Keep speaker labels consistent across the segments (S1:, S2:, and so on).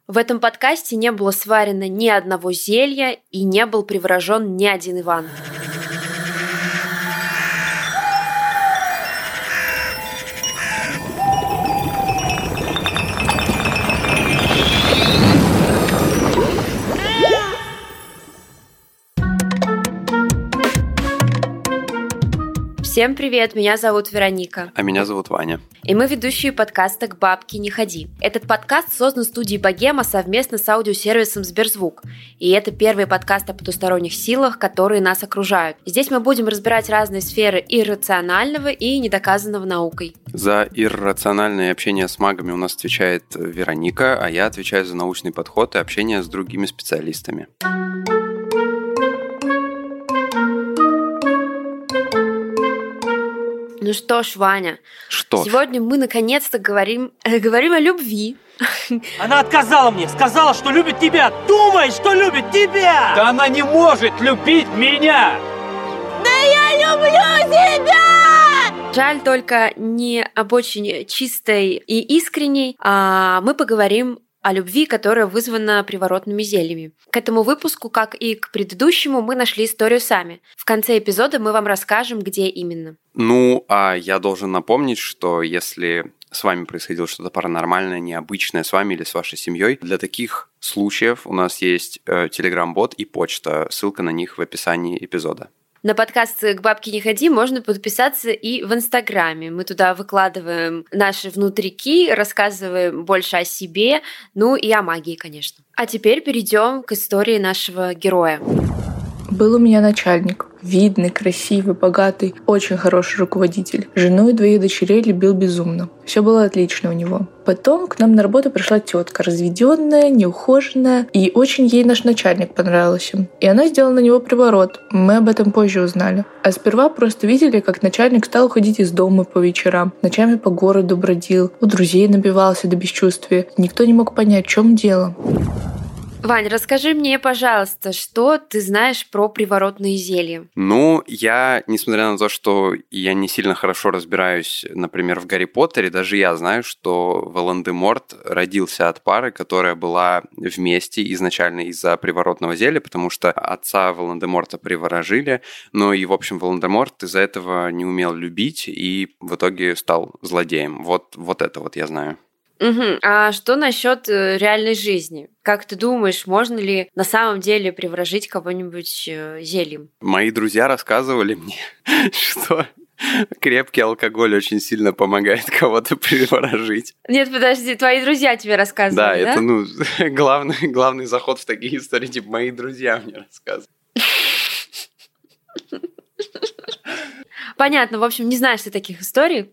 S1: В этом подкасте не было сварено ни одного зелья и не был приворожен ни один Иван. Всем привет, меня зовут Вероника.
S2: А меня зовут Ваня.
S1: И мы ведущие подкаста «К бабке не ходи». Этот подкаст создан студией «Богема» совместно с аудиосервисом «Сберзвук». И это первый подкаст о потусторонних силах, которые нас окружают. Здесь мы будем разбирать разные сферы иррационального и недоказанного наукой.
S2: За иррациональное общение с магами у нас отвечает Вероника, а я отвечаю за научный подход и общение с другими специалистами.
S1: Ну что ж, Ваня, сегодня мы наконец-то говорим о любви.
S3: Она отказала мне, сказала, что любит тебя. Думай, что любит тебя!
S4: Да она не может любить меня!
S5: Да я люблю тебя!
S1: Жаль только не об очень чистой и искренней, а мы поговорим о любви, которая вызвана приворотными зельями. К этому выпуску, как и к предыдущему, мы нашли историю сами. В конце эпизода мы вам расскажем, где именно.
S2: Ну, а я должен напомнить, что если с вами происходило что-то паранормальное, необычное с вами или с вашей семьей, для таких случаев у нас есть Telegram-бот и почта. Ссылка на них в описании эпизода.
S1: На подкаст «К бабке не ходи» можно подписаться и в Инстаграме. Мы туда выкладываем наши внутрики, рассказываем больше о себе, ну и о магии, конечно. А теперь перейдем к истории нашего героя.
S6: Был у меня начальник. Видный, красивый, богатый, очень хороший руководитель. Жену и двоих дочерей любил безумно. Все было отлично у него. Потом к нам на работу пришла тетка, разведенная, неухоженная, и очень ей наш начальник понравился. И она сделала на него приворот. Мы об этом позже узнали. А сперва просто видели, как начальник стал уходить из дома по вечерам, ночами по городу бродил, у друзей набивался до бесчувствия. Никто не мог понять, в чем дело.
S1: Вань, расскажи мне, пожалуйста, что ты знаешь про приворотные зелья?
S2: Ну, я, несмотря на то, что я не сильно хорошо разбираюсь, например, в Гарри Поттере, даже я знаю, что Волан-де-Морт родился от пары, которая была вместе изначально из-за приворотного зелья, потому что отца Волан-де-Морта приворожили, но и, в общем, Волан-де-Морт из-за этого не умел любить и в итоге стал злодеем. Вот это вот я знаю.
S1: Угу. А что насчет реальной жизни? Как ты думаешь, можно ли на самом деле приворожить кого-нибудь зельем?
S2: Мои друзья рассказывали мне, что крепкий алкоголь очень сильно помогает кого-то приворожить.
S1: Нет, подожди, твои друзья тебе рассказывали, да?
S2: Это главный заход в такие истории, типа мои друзья мне рассказывали.
S1: Понятно, в общем, не знаешь ты таких историй?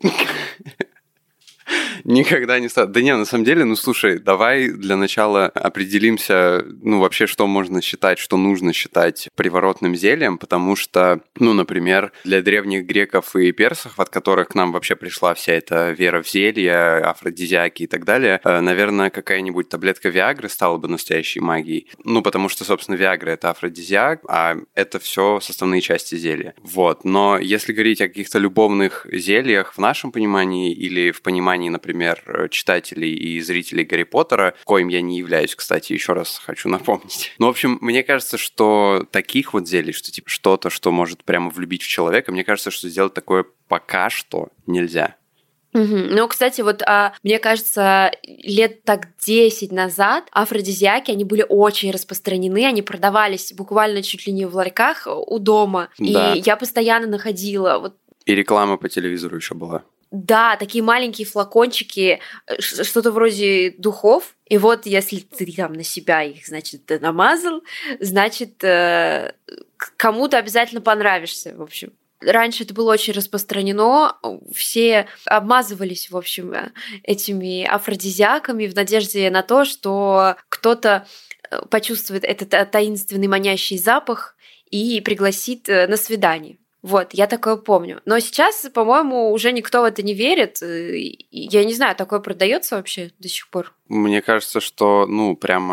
S2: Никогда не стал. Да не, на самом деле, слушай, давай для начала определимся, вообще, что можно считать, что нужно считать приворотным зельем, потому что, например, для древних греков и персов, от которых к нам вообще пришла вся эта вера в зелья, афродизиаки и так далее, наверное, какая-нибудь таблетка Виагры стала бы настоящей магией. Потому что, собственно, Виагра — это афродизиак, а это все составные части зелья. Вот. Но если говорить о каких-то любовных зельях в нашем понимании или в понимании, например, читателей и зрителей Гарри Поттера, коим я не являюсь, кстати, еще раз хочу напомнить. В общем, мне кажется, что таких вот зелий, что типа что-то, что может прямо влюбить в человека, мне кажется, что сделать такое пока что нельзя.
S1: Ну, кстати, мне кажется, лет так 10 назад афродизиаки, они были очень распространены, они продавались буквально чуть ли не в ларьках у дома,
S2: да.
S1: И я постоянно находила...
S2: И реклама по телевизору еще была.
S1: Да, такие маленькие флакончики, что-то вроде духов. И вот если ты там на себя их, значит, намазал, значит, кому-то обязательно понравишься, в общем. Раньше это было очень распространено, все обмазывались, в общем, этими афродизиаками в надежде на то, что кто-то почувствует этот таинственный манящий запах и пригласит на свидание. Вот, я такое помню. Но сейчас, по-моему, уже никто в это не верит. Я не знаю, такое продается вообще до сих пор?
S2: Мне кажется, что, прямо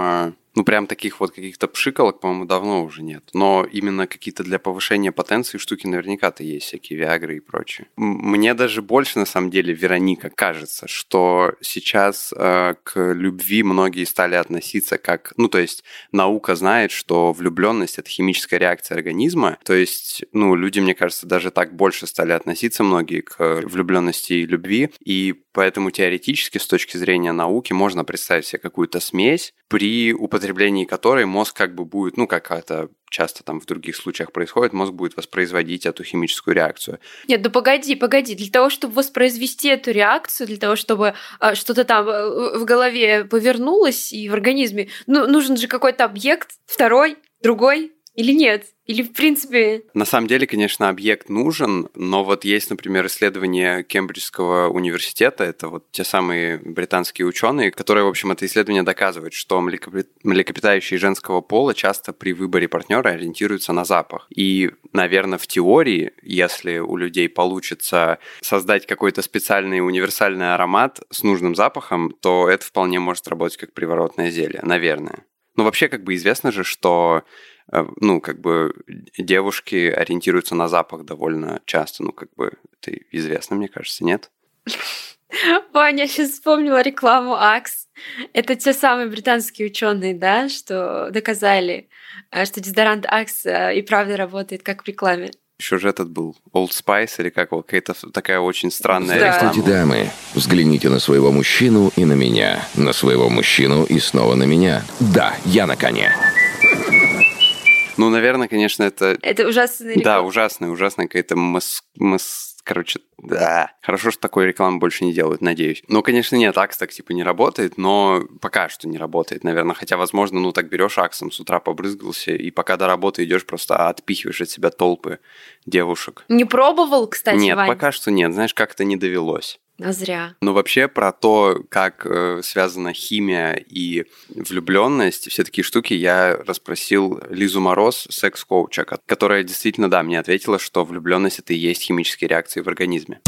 S2: Ну, прям таких вот каких-то пшикалок, по-моему, давно уже нет. Но именно какие-то для повышения потенции штуки наверняка-то есть, всякие Виагры и прочее. Мне даже больше, на самом деле, Вероника, кажется, что сейчас к любви многие стали относиться как... Ну, то есть наука знает, что влюбленность — это химическая реакция организма. То есть, ну, люди, мне кажется, даже так больше стали относиться многие к влюбленности и любви. И поэтому теоретически, с точки зрения науки, можно представить себе какую-то смесь, при употреблении которой мозг как бы будет, ну, как это часто там в других случаях происходит, мозг будет воспроизводить эту химическую реакцию.
S1: Нет, ну погоди. Для того, чтобы воспроизвести эту реакцию, для того, чтобы что-то там в голове повернулось и в организме, ну, нужен же какой-то объект, второй, другой, или нет? Или, в принципе...
S2: На самом деле, конечно, объект нужен, но вот есть, например, исследование Кембриджского университета, это вот те самые британские ученые, которые, в общем, это исследование доказывают, что млекопитающие женского пола часто при выборе партнера ориентируются на запах. И, наверное, в теории, если у людей получится создать какой-то специальный универсальный аромат с нужным запахом, то это вполне может работать как приворотное зелье, наверное. Ну, вообще, как бы известно же, что ну, как бы девушки ориентируются на запах довольно часто. Ну, как бы это известно, мне кажется, нет?
S1: Ваня, я сейчас вспомнила рекламу Axe. Это те самые британские ученые, да, что доказали, что дезодорант Axe и правда работает как в рекламе.
S2: Еще же этот был Old Spice или как его, какая-то такая очень странная реклама.
S7: Здравствуйте, дамы. Взгляните на своего мужчину и на меня. На своего мужчину и снова на меня. Да, я на коне.
S2: Ну, наверное, конечно, это...
S1: Это ужасная реклама.
S2: Да, ужасная какая-то короче, да. Хорошо, что такой рекламы больше не делают, надеюсь. Ну, конечно, нет, Axe так типа не работает, но пока что не работает, наверное. Хотя, возможно, ну так берешь Axe, с утра побрызгался, и пока до работы идешь, просто отпихиваешь от себя толпы девушек.
S1: Не пробовал, кстати,
S2: Нет,
S1: Вань?
S2: пока что нет, знаешь, как-то не довелось.
S1: А зря.
S2: Но вообще про то, как связана химия и влюбленность, все такие штуки, я расспросил Лизу Мороз, секс-коуча, которая действительно, да, мне ответила, что влюбленность это и есть химические реакции в организме.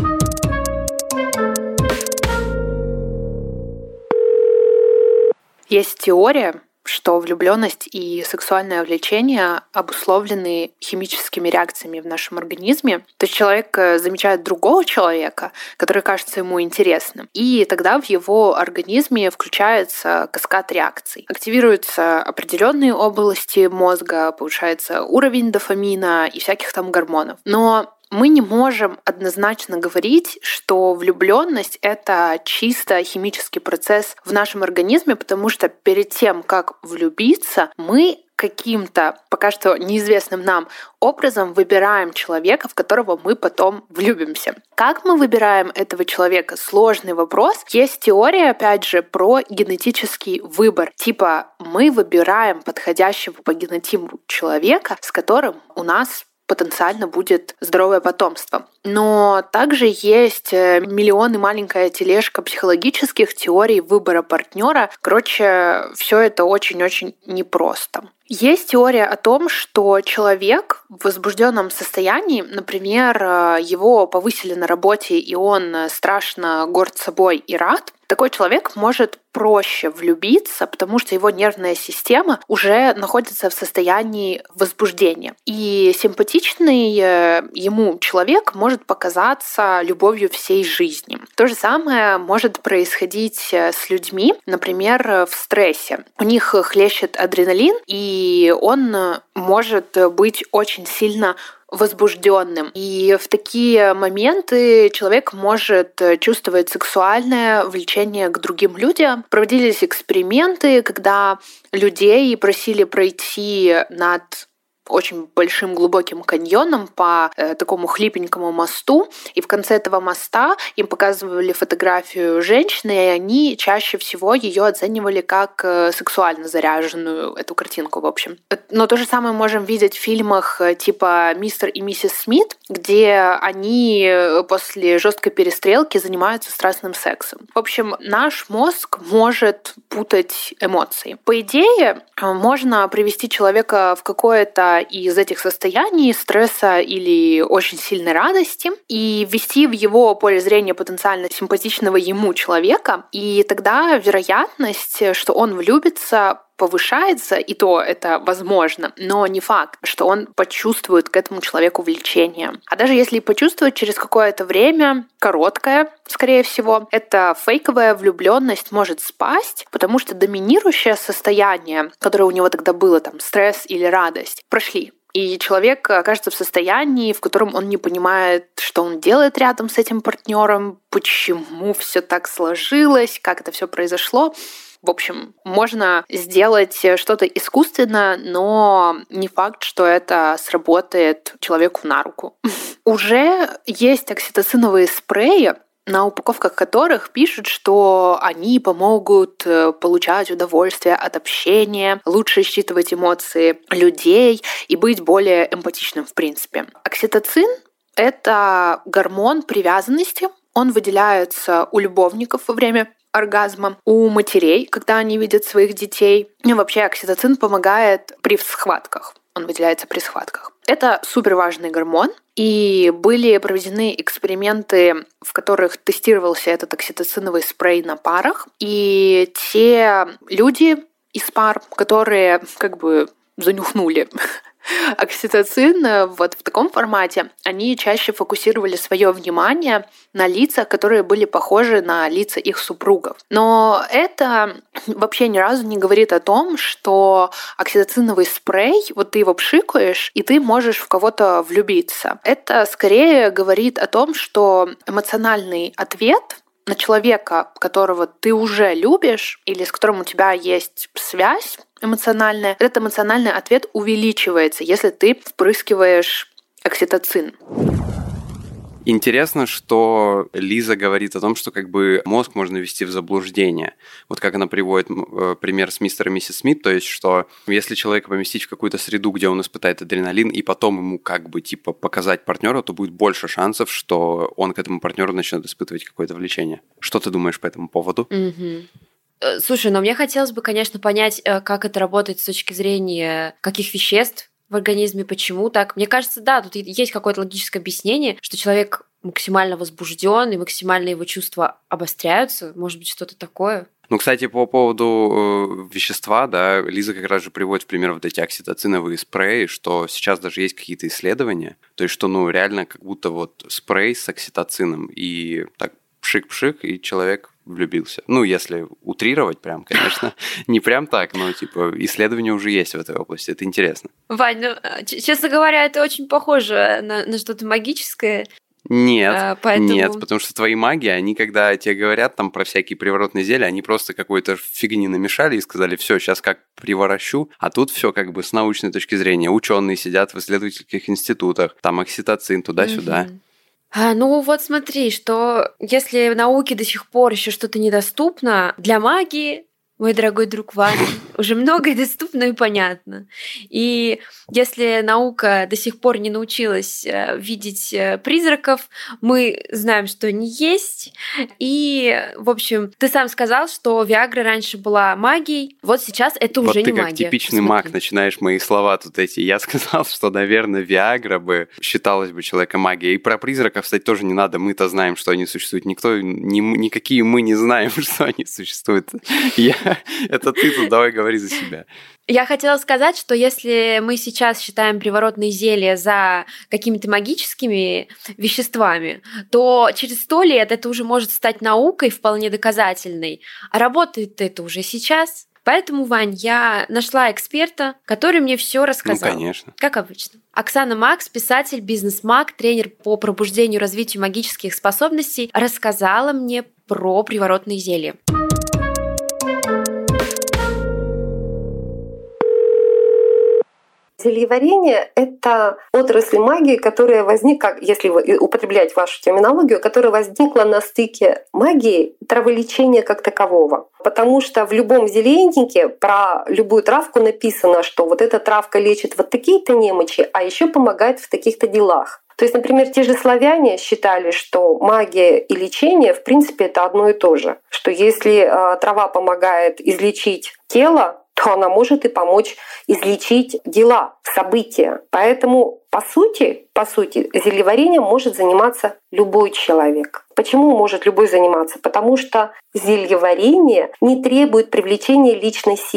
S8: Есть теория, что влюбленность и сексуальное влечение обусловлены химическими реакциями в нашем организме. То есть человек замечает другого человека, который кажется ему интересным, и тогда в его организме включается каскад реакций. Активируются определенные области мозга, повышается уровень дофамина и всяких там гормонов. Но мы не можем однозначно говорить, что влюбленность — это чисто химический процесс в нашем организме, потому что перед тем, как влюбиться, мы каким-то, пока что неизвестным нам образом выбираем человека, в которого мы потом влюбимся. Как мы выбираем этого человека? Сложный вопрос. Есть теория, опять же, про генетический выбор. Типа мы выбираем подходящего по генотипу человека, с которым у нас потенциально будет здоровое потомство. Но также есть миллионы маленькая тележка психологических теорий выбора партнера. Короче, все это очень-очень непросто. Есть теория о том, что человек в возбужденном состоянии, например, его повысили на работе, и он страшно горд собой и рад, такой человек может проще влюбиться, потому что его нервная система уже находится в состоянии возбуждения. И симпатичный ему человек может показаться любовью всей жизни. То же самое может происходить с людьми, например, в стрессе. У них хлещет адреналин, и он может быть очень сильно возбужденным. И в такие моменты человек может чувствовать сексуальное влечение к другим людям. Проводились эксперименты, когда людей просили пройти над очень большим глубоким каньоном по такому хлипенькому мосту, и в конце этого моста им показывали фотографию женщины, и они чаще всего ее оценивали как сексуально заряженную, эту картинку, в общем. Но то же самое можем видеть в фильмах типа «Мистер и миссис Смит», где они после жесткой перестрелки занимаются страстным сексом. В общем, наш мозг может путать эмоции. По идее, можно привести человека в какое-то из этих состояний стресса или очень сильной радости и ввести в его поле зрения потенциально симпатичного ему человека, и тогда вероятность, что он влюбится, повышается, и то это возможно, но не факт, что он почувствует к этому человеку влечение. А даже если и почувствует, через какое-то время, короткое, скорее всего, эта фейковая влюбленность может спасть, потому что доминирующее состояние, которое у него тогда было, там, стресс или радость, прошли. И человек окажется в состоянии, в котором он не понимает, что он делает рядом с этим партнером, почему все так сложилось, как это все произошло. В общем, можно сделать что-то искусственно, но не факт, что это сработает человеку на руку. Уже есть окситоциновые спреи, на упаковках которых пишут, что они помогут получать удовольствие от общения, лучше считывать эмоции людей и быть более эмпатичным в принципе. Окситоцин — это гормон привязанности. Он выделяется у любовников во время оргазма, у матерей, когда они видят своих детей. И вообще окситоцин помогает при схватках. Он выделяется при схватках. Это суперважный гормон, и были проведены эксперименты, в которых тестировался этот окситоциновый спрей на парах, и те люди из пар, которые как бы занюхнули окситоцин вот в таком формате, они чаще фокусировали свое внимание на лицах, которые были похожи на лица их супругов. Но это вообще ни разу не говорит о том, что окситоциновый спрей, вот ты его пшикаешь, и ты можешь в кого-то влюбиться. Это скорее говорит о том, что эмоциональный ответ на человека, которого ты уже любишь или с которым у тебя есть связь эмоциональная, этот эмоциональный ответ увеличивается, если ты впрыскиваешь окситоцин.
S2: Интересно, что Лиза говорит о том, что как бы мозг можно ввести в заблуждение. Вот как она приводит пример с мистером и миссис Смит, то есть, что если человека поместить в какую-то среду, где он испытает адреналин, и потом ему как бы типа показать партнера, то будет больше шансов, что он к этому партнеру начнет испытывать какое-то влечение. Что ты думаешь по этому поводу?
S1: Слушай, но мне хотелось бы, конечно, понять, как это работает с точки зрения каких веществ в организме, почему так. Мне кажется, да, тут есть какое-то логическое объяснение, что человек максимально возбужден и максимально его чувства обостряются. Может быть, что-то такое.
S2: Ну, кстати, по поводу вещества, да, Лиза как раз же приводит в пример вот эти окситоциновые спреи, что сейчас даже есть какие-то исследования, то есть, что, ну, реально как будто вот спрей с окситоцином, и так пшик-пшик, и человек влюбился. Ну, если утрировать прям, конечно, не прям так, но, типа, исследования уже есть в этой области, это интересно.
S1: Вань, ну, честно говоря, это очень похоже на что-то магическое.
S2: Нет,
S1: поэтому...
S2: нет, потому что твои маги, они когда тебе говорят там про всякие приворотные зелья, они просто какой-то фигни намешали и сказали, все, сейчас как приворощу, а тут все как бы с научной точки зрения. Ученые сидят в исследовательских институтах, там окситоцин туда-сюда.
S1: Ну вот смотри, что если в науке до сих пор еще что-то недоступно, для магии, мой дорогой друг Ваня, уже многое доступно и понятно. И если наука до сих пор не научилась видеть призраков, мы знаем, что они есть. И, в общем, ты сам сказал, что Виагра раньше была магией, вот сейчас это уже не магия.
S2: Вот ты как типичный маг начинаешь мои слова тут эти. Я сказал, что, наверное, Виагра бы считалась бы человеком магией. И про призраков, кстати, тоже не надо. Мы-то знаем, что они существуют. Никакие мы не знаем, что они существуют. Это ты тут давай говори за себя.
S1: Я хотела сказать, что если мы сейчас считаем приворотные зелья за какими-то магическими веществами, то через 100 лет это уже может стать наукой вполне доказательной. А работает это уже сейчас. Поэтому, Вань, я нашла эксперта, который мне все рассказал.
S2: Ну, конечно.
S1: Как обычно. Оксана Макс, писатель, бизнес-маг, тренер по пробуждению и развитию магических способностей, рассказала мне про приворотные зелья.
S9: Зельеварение – это отрасль магии, которая возникла, если употреблять вашу терминологию, которая возникла на стыке магии и траволечения как такового. Потому что в любом зельевареннике про любую травку написано, что вот эта травка лечит вот такие-то немочи, а еще помогает в таких-то делах. То есть, например, те же славяне считали, что магия и лечение, в принципе, это одно и то же. Что если трава помогает излечить тело, то она может и помочь излечить дела, события. Поэтому, по сути, зельеварением может заниматься любой человек. Почему может любой заниматься? Потому что зельеварение не требует привлечения личной силы.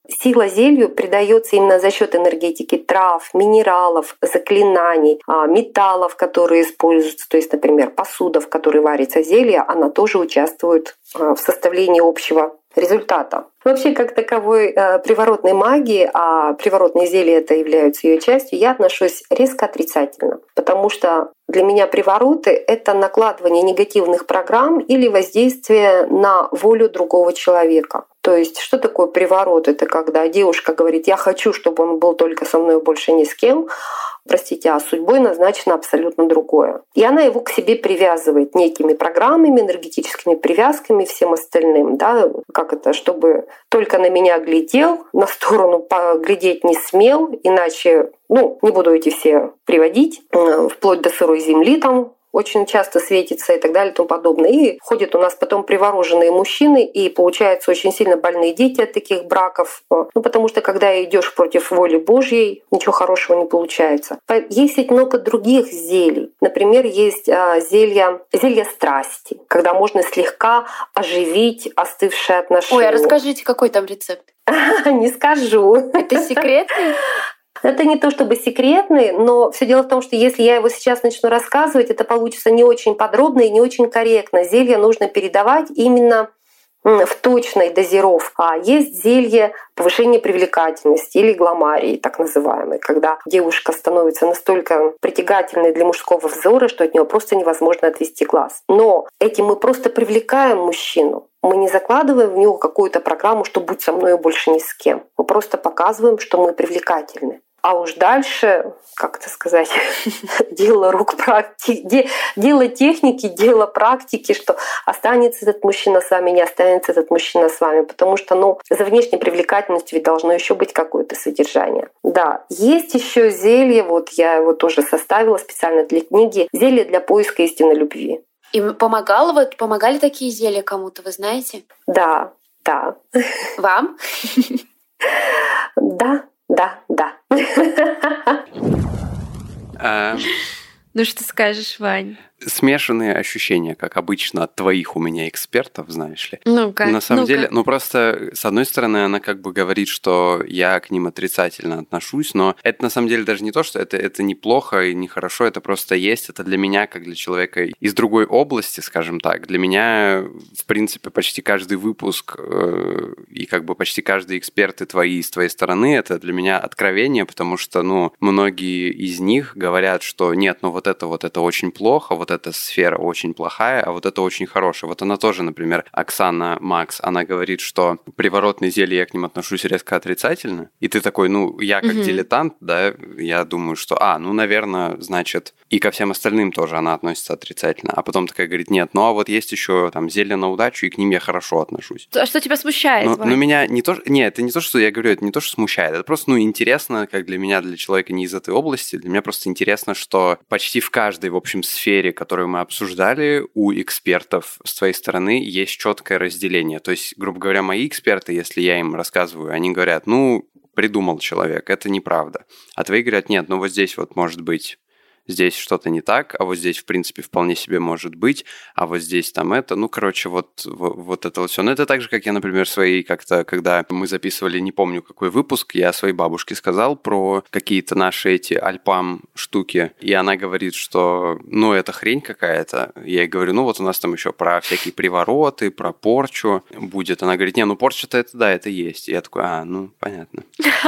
S9: Сила зелью придается именно за счет энергетики трав, минералов, заклинаний, металлов, которые используются. То есть, например, посуда, в которой варится зелье, она тоже участвует в составлении общего результата. Вообще, как таковой приворотной магии, а приворотные зелья это являются ее частью, я отношусь резко отрицательно. Потому что для меня привороты — это накладывание негативных программ или воздействие на волю другого человека. То есть, что такое приворот? Это когда девушка говорит: «Я хочу, чтобы он был только со мной, больше ни с кем», простите, а судьбой назначено абсолютно другое. И она его к себе привязывает некими программами, энергетическими привязками и всем остальным. Да? Как это? Чтобы только на меня глядел, на сторону поглядеть не смел, иначе, не буду эти все приводить, вплоть до сырой земли там очень часто светится и так далее и тому подобное. И ходят у нас потом привороженные мужчины, и получаются очень сильно больные дети от таких браков. Потому что когда идешь против воли Божьей, ничего хорошего не получается. Есть ведь много других зелий. Например, есть зелья страсти, когда можно слегка оживить остывшие отношения.
S8: Ой, а расскажите, какой там рецепт?
S9: Не скажу.
S8: Это секретный?
S9: Это не то чтобы секретный, но все дело в том, что если я его сейчас начну рассказывать, это получится не очень подробно и не очень корректно. Зелье нужно передавать именно в точной дозировке. А есть зелье повышения привлекательности или гламарии, так называемой, когда девушка становится настолько притягательной для мужского взора, что от нее просто невозможно отвести глаз. Но этим мы просто привлекаем мужчину. Мы не закладываем в него какую-то программу, что будь со мной больше ни с кем. Мы просто показываем, что мы привлекательны. А уж дальше, как это сказать, дело рук практики, дело техники, дело практики, что останется этот мужчина с вами, не останется этот мужчина с вами. Потому что, за внешней привлекательностью ведь должно еще быть какое-то содержание. Да, есть еще зелье, я его тоже составила специально для книги, зелье для поиска истинной любви.
S1: И помогали такие зелья кому-то, вы знаете?
S9: Да.
S1: Вам?
S9: Да.
S1: Ну что скажешь, Вань?
S2: Смешанные ощущения, как обычно, от твоих у меня экспертов, знаешь ли.
S1: Ну-ка.
S2: На самом деле, просто, с одной стороны, она как бы говорит, что я к ним отрицательно отношусь, но это на самом деле даже не то, что это неплохо и нехорошо, это просто есть. Это для меня, как для человека из другой области, скажем так. Для меня, в принципе, почти каждый выпуск и как бы почти каждый эксперт с твоей стороны, это для меня откровение, потому что, многие из них говорят, что нет, вот это очень плохо, вот эта сфера очень плохая, а вот это очень хорошая. Вот она тоже, например, Оксана Макс, она говорит, что приворотные зелья, я к ним отношусь резко отрицательно. И ты такой, я как дилетант, да, я думаю, что, наверное, значит, и ко всем остальным тоже она относится отрицательно. А потом такая говорит, нет, а вот есть еще там зелья на удачу, и к ним я хорошо отношусь.
S1: А что тебя смущает?
S2: Но меня не то, нет, это не то, что я говорю, это не то, что смущает, это просто, интересно, как для меня, для человека не из этой области, для меня просто интересно, что почти в каждой, в общем, сфере, которую мы обсуждали, у экспертов с твоей стороны есть четкое разделение. То есть, грубо говоря, мои эксперты, если я им рассказываю, они говорят, придумал человек, это неправда. А твои говорят, нет, вот здесь вот может быть, здесь что-то не так, а вот здесь, в принципе, вполне себе может быть, а вот здесь там это, вот это вот все. Но это так же, как я, например, когда мы записывали, не помню какой выпуск, я своей бабушке сказал про какие-то наши эти альпам штуки, и она говорит, что, это хрень какая-то. Я ей говорю, вот у нас там еще про всякие привороты, про порчу будет. Она говорит, порча-то это, да, это есть. И я такой, понятно.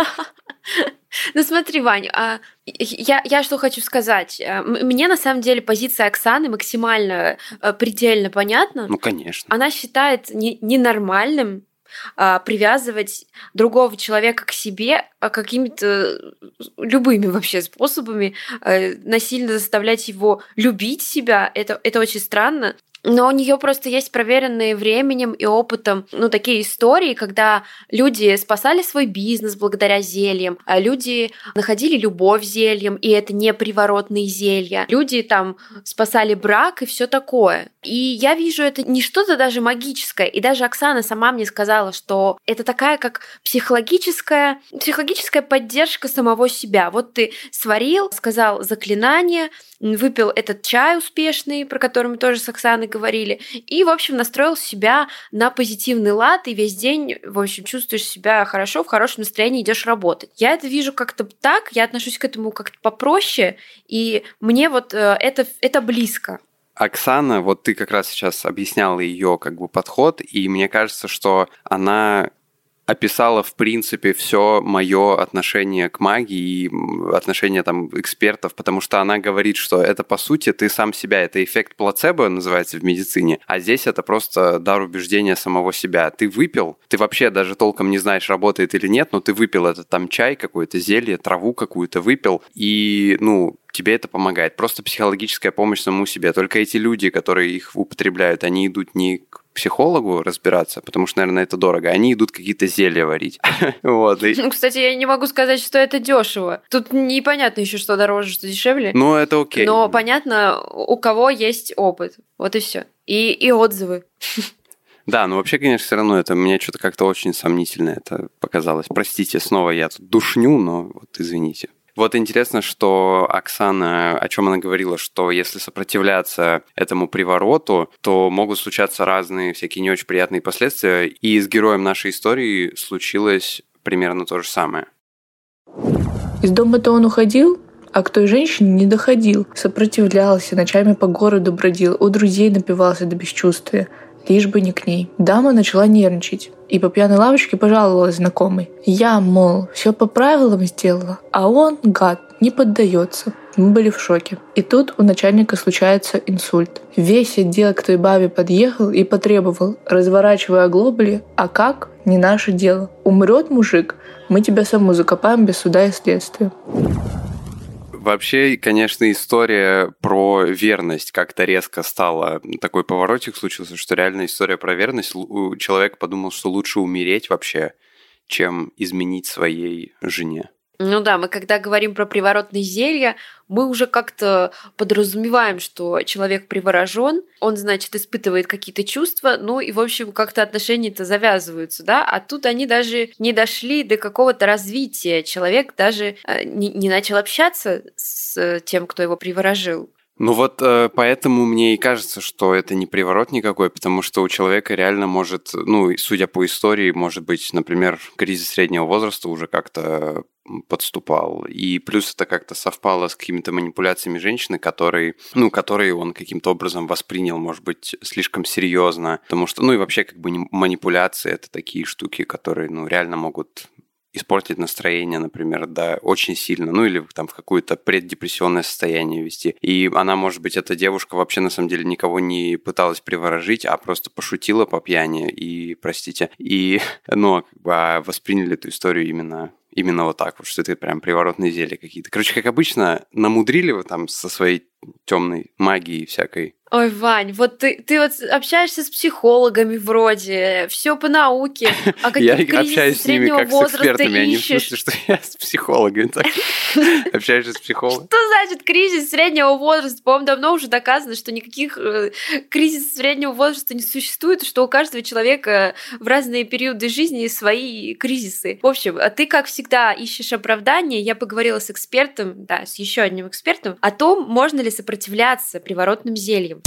S1: Смотри, Вань, я что хочу сказать. Мне, на самом деле, позиция Оксаны максимально предельно понятна.
S2: Конечно.
S1: Она считает ненормальным привязывать другого человека к себе какими-то любыми вообще способами, насильно заставлять его любить себя. Это очень странно. Но у нее просто есть проверенные временем и опытом, такие истории, когда люди спасали свой бизнес благодаря зельям, а люди находили любовь зельем, и это не приворотные зелья. Люди там спасали брак и все такое. И я вижу это не что-то даже магическое. И даже Оксана сама мне сказала, что это такая как психологическая поддержка самого себя. Вот ты сварил, сказал заклинание, выпил этот чай успешный, про который мы тоже с Оксаной Оксаной говорили. И, в общем, настроил себя на позитивный лад, и весь день, в общем, чувствуешь себя хорошо, в хорошем настроении идешь работать. Я это вижу как-то так, я отношусь к этому как-то попроще, и мне вот это близко.
S2: Оксана, вот ты как раз сейчас объясняла ее как бы подход, и мне кажется, что она описала, в принципе, все мое отношение к магии и отношение там экспертов, потому что она говорит, что это, по сути, ты сам себя, это эффект плацебо называется в медицине, а здесь это просто дар убеждения самого себя. Ты выпил, ты вообще даже толком не знаешь, работает или нет, но ты выпил этот там чай, какое-то зелье, траву какую-то выпил, и, тебе это помогает. Просто психологическая помощь самому себе. Только эти люди, которые их употребляют, они идут не к психологу разбираться, потому что, наверное, это дорого. Они идут какие-то зелья варить.
S1: Кстати, я не могу сказать, что это дешево. Тут непонятно еще, что дороже, что дешевле.
S2: Это окей.
S1: Но понятно, у кого есть опыт. Вот и все. И отзывы.
S2: Да, вообще, конечно, все равно это мне что-то как-то очень сомнительно это показалось. Простите, снова я тут душню, но вот извините. Вот интересно, что Оксана, о чем она говорила, что если сопротивляться этому привороту, то могут случаться разные всякие не очень приятные последствия. И с героем нашей истории случилось примерно то же самое.
S6: Из дома-то он уходил, а к той женщине не доходил. Сопротивлялся, ночами по городу бродил, у друзей напивался до бесчувствия. Лишь бы не к ней. Дама начала нервничать и по пьяной лавочке пожаловалась знакомой. Я, мол, все по правилам сделала, а он, гад, не поддается. Мы были в шоке. И тут у начальника случается инсульт. Весь отдел к той бабе подъехал и потребовал, разворачивая оглобли, а как? Не наше дело. Умрет мужик, мы тебя саму закопаем без суда и следствия.
S2: Вообще, конечно, история про верность как-то резко стала, такой поворотик случился, что реально история про верность. Человек подумал, что лучше умереть вообще, чем изменить своей жене.
S1: Мы когда говорим про приворотные зелья, мы уже как-то подразумеваем, что человек приворожен, он, значит, испытывает какие-то чувства, и, в общем, как-то отношения-то завязываются, да, а тут они даже не дошли до какого-то развития, человек даже не начал общаться с тем, кто его приворожил.
S2: Поэтому мне и кажется, что это не приворот никакой, потому что у человека реально может, судя по истории, может быть, например, кризис среднего возраста уже как-то подступал. И плюс это как-то совпало с какими-то манипуляциями женщины, которые он каким-то образом воспринял, может быть, слишком серьезно. Потому что, и вообще как бы манипуляции — это такие штуки, которые, реально могут испортить настроение, например, да, очень сильно, или там в какое-то преддепрессионное состояние вести. И она, может быть, эта девушка вообще на самом деле никого не пыталась приворожить, а просто пошутила по пьяни, восприняли эту историю именно вот так вот, что это прям приворотные зелья какие-то. Короче, как обычно, намудрили вы там со своей темной магией всякой.
S1: Ой, Вань, вот ты вот общаешься с психологами вроде, все по науке, а какие кризисы среднего возраста ищешь? Я общаюсь с ними как с экспертами, а не в смысле, что я с психологами так общаюсь с психологом. Что значит кризис среднего возраста? По-моему, давно уже доказано, что никаких кризисов среднего возраста не существует, что у каждого человека в разные периоды жизни свои кризисы. В общем, ты, как всегда, ищешь оправдание. Я поговорила с экспертом, с еще одним экспертом, о том, можно ли сопротивляться приворотным зельям.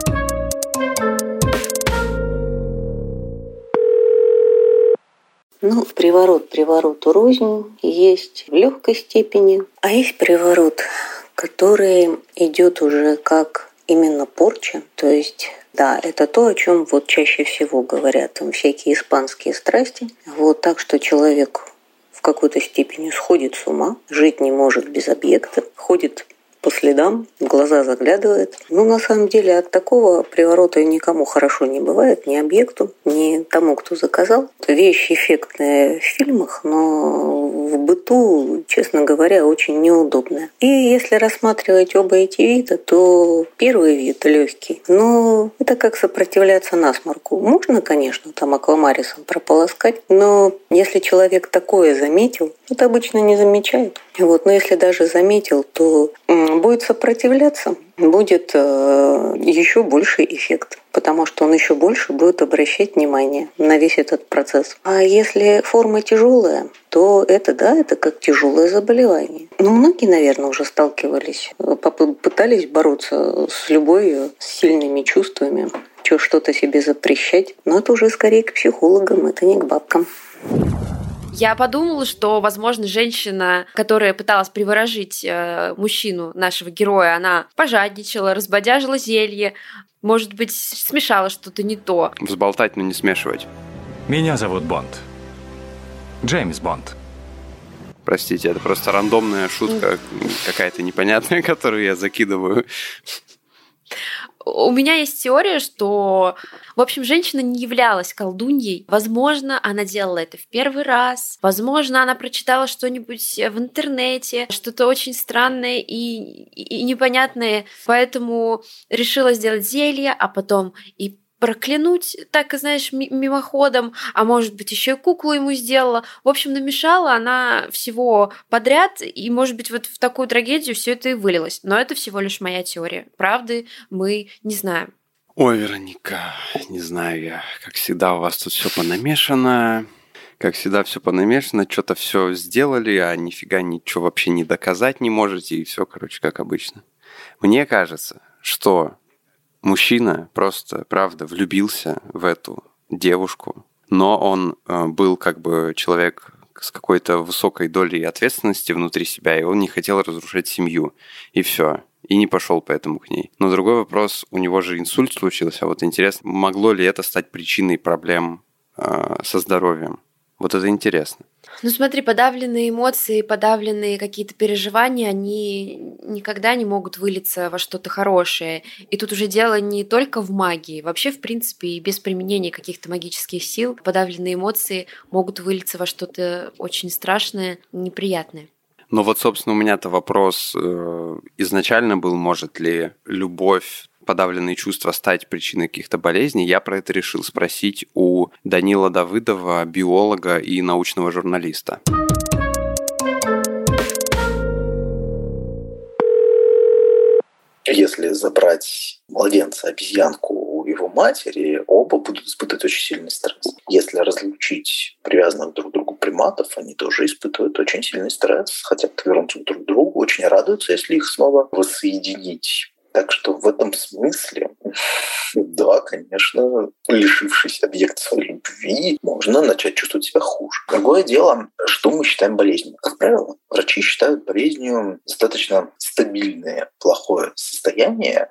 S10: Приворот привороту рознь, есть в легкой степени, а есть приворот, который идет уже как именно порча, то есть да, это то, о чем чаще всего говорят там всякие испанские страсти, так что человек в какой-то степени сходит с ума, жить не может без объекта, ходит по следам, в глаза заглядывает. На самом деле от такого приворота никому хорошо не бывает, ни объекту, ни тому, кто заказал. Вещь эффектная в фильмах, но в быту, честно говоря, очень неудобная. И если рассматривать оба эти вида, то первый вид легкий, это как сопротивляться насморку. Можно, конечно, там аквамарисом прополоскать, но если человек такое заметил, это обычно не замечает. Но если даже заметил, то будет сопротивляться, будет еще больший эффект, потому что он еще больше будет обращать внимание на весь этот процесс. А если форма тяжелая, то это, да, это как тяжелое заболевание. Но многие, наверное, уже сталкивались, пытались бороться с любовью, с сильными чувствами, что-то себе запрещать. Но это уже скорее к психологам, это не к бабкам.
S1: Я подумала, что, возможно, женщина, которая пыталась приворожить мужчину, нашего героя, она пожадничала, разбодяжила зелье, может быть, смешала что-то не то.
S2: Взболтать, но не смешивать.
S11: Меня зовут Бонд. Джеймс Бонд.
S2: Простите, это просто рандомная шутка какая-то непонятная, которую я закидываю.
S1: У меня есть теория, что, в общем, женщина не являлась колдуньей. Возможно, она делала это в первый раз. Возможно, она прочитала что-нибудь в интернете, что-то очень странное и непонятное, поэтому решила сделать зелье, а потом и проклянуть, так, знаешь, мимоходом, а может быть, еще и куклу ему сделала. В общем, намешала она всего подряд, и, может быть, вот в такую трагедию все это и вылилось. Но это всего лишь моя теория. Правды мы не знаем.
S2: Ой, Вероника, не знаю я. Как всегда, у вас тут все понамешано. Как всегда, все понамешано. Что-то все сделали, а нифига ничего вообще не доказать не можете. И все, короче, как обычно. Мне кажется, что мужчина просто, правда, влюбился в эту девушку, но он был как бы человек с какой-то высокой долей ответственности внутри себя, и он не хотел разрушать семью. И все. И не пошел поэтому к ней. Но другой вопрос, у него же инсульт случился. Вот интересно, могло ли это стать причиной проблем со здоровьем? Вот это интересно.
S1: Ну смотри, подавленные эмоции, подавленные какие-то переживания, они никогда не могут вылиться во что-то хорошее. И тут уже дело не только в магии. Вообще, в принципе, и без применения каких-то магических сил подавленные эмоции могут вылиться во что-то очень страшное, неприятное.
S2: Ну вот, собственно, у меня-то вопрос изначально был, может ли любовь, подавленные чувства стать причиной каких-то болезней. Я про это решил спросить у Данила Давыдова, биолога и научного журналиста.
S12: Если забрать младенца, обезьянку, его матери, оба будут испытывать очень сильный стресс. Если разлучить привязанных друг к другу приматов, они тоже испытывают очень сильный стресс, хотят вернуться друг к другу, очень радуются, если их снова воссоединить. Так что в этом смысле, да, конечно, лишившись объекта своей любви, можно начать чувствовать себя хуже. Другое дело, что мы считаем болезнью. Как правило, врачи считают болезнью достаточно стабильное плохое состояние,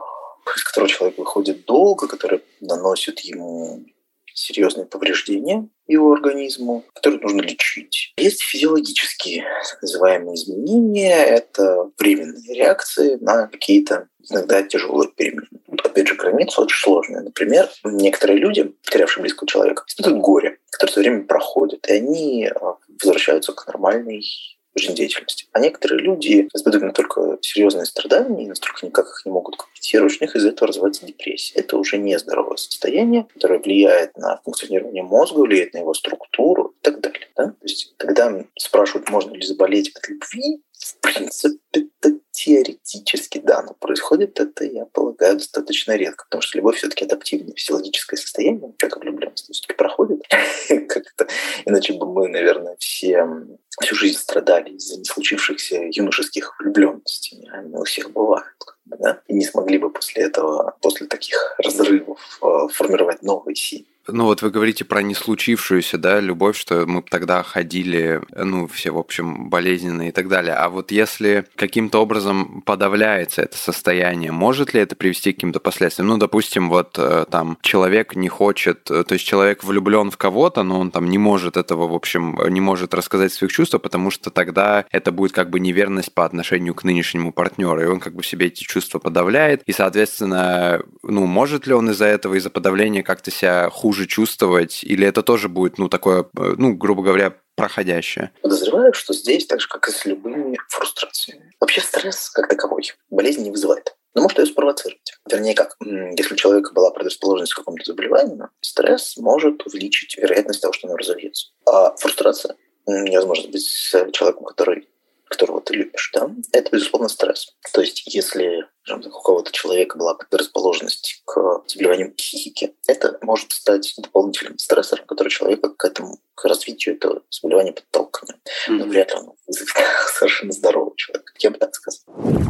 S12: из которого человек выходит долго, которое наносит ему серьезные повреждения его организму, которые нужно лечить. Есть физиологические так называемые изменения, это временные реакции на какие-то иногда тяжелые перемены. Тут, опять же, граница очень сложная. Например, некоторые люди, потерявшие близкого человека, испытывают горе, которое со временем проходит, и они возвращаются к нормальной жизнедеятельности. А некоторые люди испытывают только серьезные страдания и настолько никак их не могут компенсировать, у них из-за этого развивается депрессия. Это уже нездоровое состояние, которое влияет на функционирование мозга, влияет на его структуру и так далее. Да? То есть, когда спрашивают, можно ли заболеть от любви, в принципе, это теоретически да, но происходит это, я полагаю, достаточно редко, потому что любовь все-таки адаптивное физиологическое состояние, как и влюбленность, все-таки проходит как-то. Иначе бы мы, наверное, всю жизнь страдали из-за не случившихся юношеских влюбленностей. Они у всех бывают. Да? И не смогли бы после этого, после таких разрывов формировать новые семьи.
S2: Ну вот вы говорите про не случившуюся, да, любовь, что мы тогда ходили, ну, все, в общем, болезненные и так далее. А вот если каким-то образом подавляется это состояние, может ли это привести к каким-то последствиям? Ну, допустим, вот там человек не хочет, то есть человек влюблен в кого-то, но он там не может этого, в общем, не может рассказать своих чувств, потому что тогда это будет как бы неверность по отношению к нынешнему партнеру, и он как бы в себе эти чувства подавляет, и, соответственно, ну, может ли он из-за этого, из-за подавления как-то себя хуже чувствовать, или это тоже будет, ну, такое, ну, грубо говоря, проходящее?
S12: Подозреваю, что здесь так же, как и с любыми фрустрациями. Вообще стресс, как таковой, болезнь не вызывает. Но может ее спровоцировать. Вернее, как, если у человека была предрасположенность к какому-то заболеванию, стресс может увеличить вероятность того, что оно разовьется. А фрустрация невозможно быть с человеком, которого ты любишь, да, это, безусловно, стресс. То есть, если у какого-то человека была предрасположенность к заболеванию психики, это может стать дополнительным стрессором, который человека к развитию этого заболевания подтолкнет. Но вряд ли он совершенно здоровый человек. Я бы так сказал.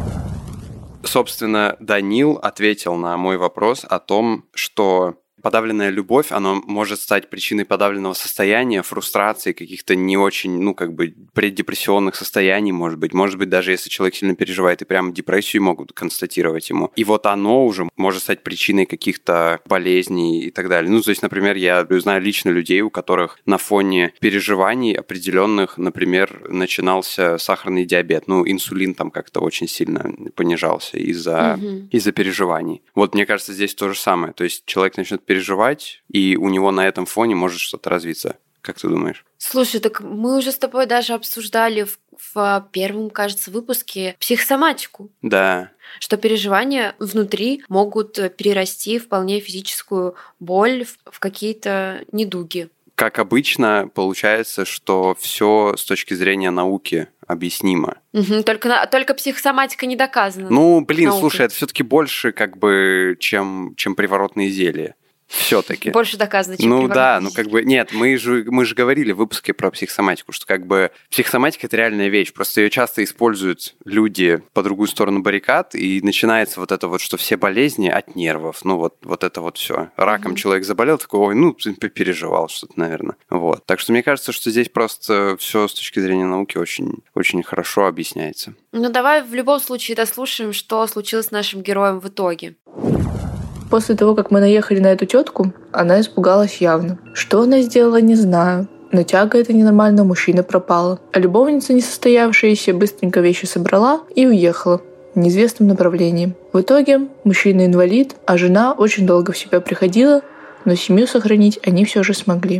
S2: Собственно, Данил ответил на мой вопрос о том, что подавленная любовь, она может стать причиной подавленного состояния, фрустрации, каких-то не очень, преддепрессионных состояний, может быть, даже если человек сильно переживает, и прямо депрессию могут констатировать ему. И вот оно уже может стать причиной каких-то болезней и так далее. То есть, например, я знаю лично людей, у которых на фоне переживаний определенных, например, начинался сахарный диабет. Инсулин там как-то очень сильно понижался из-за переживаний. Вот, мне кажется, здесь то же самое. То есть человек начнет переживать, и у него на этом фоне может что-то развиться. Как ты думаешь?
S1: Слушай, так мы уже с тобой даже обсуждали в первом, кажется, выпуске психосоматику.
S2: Да.
S1: Что переживания внутри могут перерасти вполне физическую боль в какие-то недуги.
S2: Как обычно, получается, что все с точки зрения науки объяснимо.
S1: Только психосоматика не доказана.
S2: Слушай, это все-таки больше чем приворотные зелья. Все-таки.
S1: Больше доказано, чем приворотные.
S2: Нет, мы же говорили в выпуске про психосоматику, что психосоматика — это реальная вещь, просто ее часто используют люди по другую сторону баррикад, и начинается вот это вот, что все болезни от нервов, вот это вот все. Раком человек заболел, такой, переживал что-то, наверное. Вот. Так что мне кажется, что здесь просто все с точки зрения науки очень, очень хорошо объясняется.
S1: Давай в любом случае дослушаем, что случилось с нашим героем в итоге.
S6: После того, как мы наехали на эту тетку, она испугалась явно. Что она сделала, не знаю. Но тяга эта ненормального мужчины пропала. А любовница несостоявшаяся быстренько вещи собрала и уехала в неизвестном направлении. В итоге мужчина инвалид, а жена очень долго в себя приходила, но семью сохранить они все же смогли.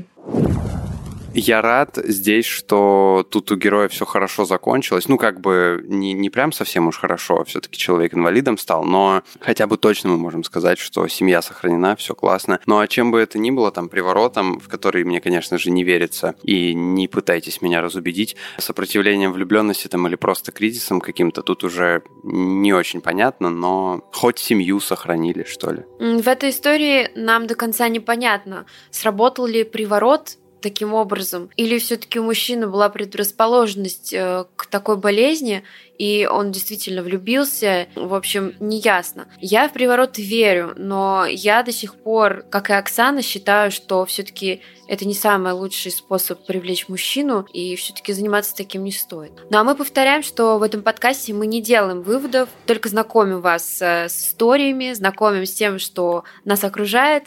S2: Я рад здесь, что тут у героя все хорошо закончилось. Не прям совсем уж хорошо, все-таки человек инвалидом стал, но хотя бы точно мы можем сказать, что семья сохранена, все классно. Ну а чем бы это ни было, приворотом, в который мне, конечно же, не верится, и не пытайтесь меня разубедить, сопротивлением влюбленности или просто кризисом каким-то, тут уже не очень понятно, но хоть семью сохранили, что ли.
S1: В этой истории нам до конца непонятно, сработал ли приворот таким образом, или все-таки у мужчины была предрасположенность к такой болезни, и он действительно влюбился. В общем, неясно. Я в приворот верю, но я до сих пор, как и Оксана, считаю, что все-таки это не самый лучший способ привлечь мужчину, и все-таки заниматься таким не стоит. Ну а мы повторяем, что в этом подкасте мы не делаем выводов, только знакомим вас с историями, знакомим с тем, что нас окружает,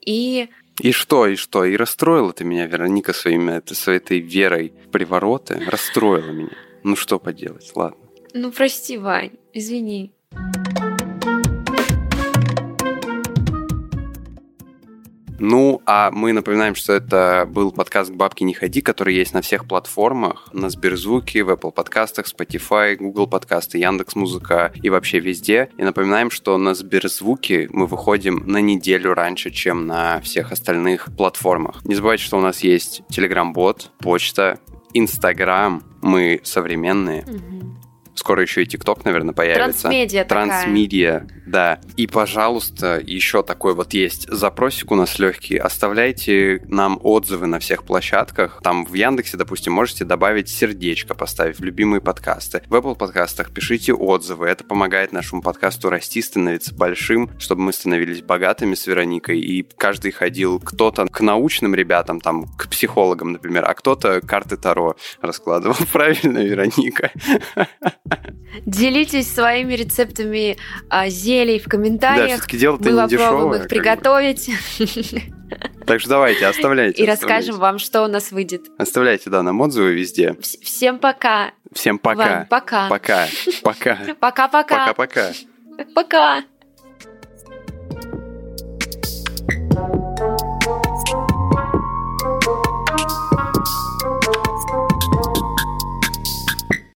S2: И что? И расстроила ты меня, Вероника, своей этой верой в привороты. Расстроила меня. Что поделать, ладно.
S1: Прости, Вань, извини.
S2: А мы напоминаем, что это был подкаст «К бабке не ходи», который есть на всех платформах, на Сберзвуке, в Apple подкастах, Spotify, Google подкасты, Яндекс.Музыка и вообще везде. И напоминаем, что на Сберзвуке мы выходим на неделю раньше, чем на всех остальных платформах. Не забывайте, что у нас есть Telegram-бот, почта, Instagram, мы современные. Скоро еще и ТикТок, наверное, появится. Трансмедиа, да. И, пожалуйста, еще такой вот есть запросик у нас легкий. Оставляйте нам отзывы на всех площадках. Там в Яндексе, допустим, можете добавить сердечко, поставив любимые подкасты. В Apple подкастах пишите отзывы. Это помогает нашему подкасту расти, становиться большим, чтобы мы становились богатыми с Вероникой. И каждый ходил, кто-то к научным ребятам, к психологам, например, а кто-то карты Таро раскладывал. Правильно, Вероника?
S1: Делитесь своими рецептами зелий в комментариях.
S2: Да, все-таки дело-то
S1: мы
S2: не дешевое.
S1: Мы попробуем их приготовить.
S2: Так что давайте, оставляйте.
S1: И расскажем вам, что у нас выйдет.
S2: Оставляйте, нам отзывы везде.
S1: Всем пока.
S2: Всем пока.
S1: Вань, пока.
S2: Пока. Пока.
S1: Пока-пока.
S2: Пока-пока.
S1: Пока.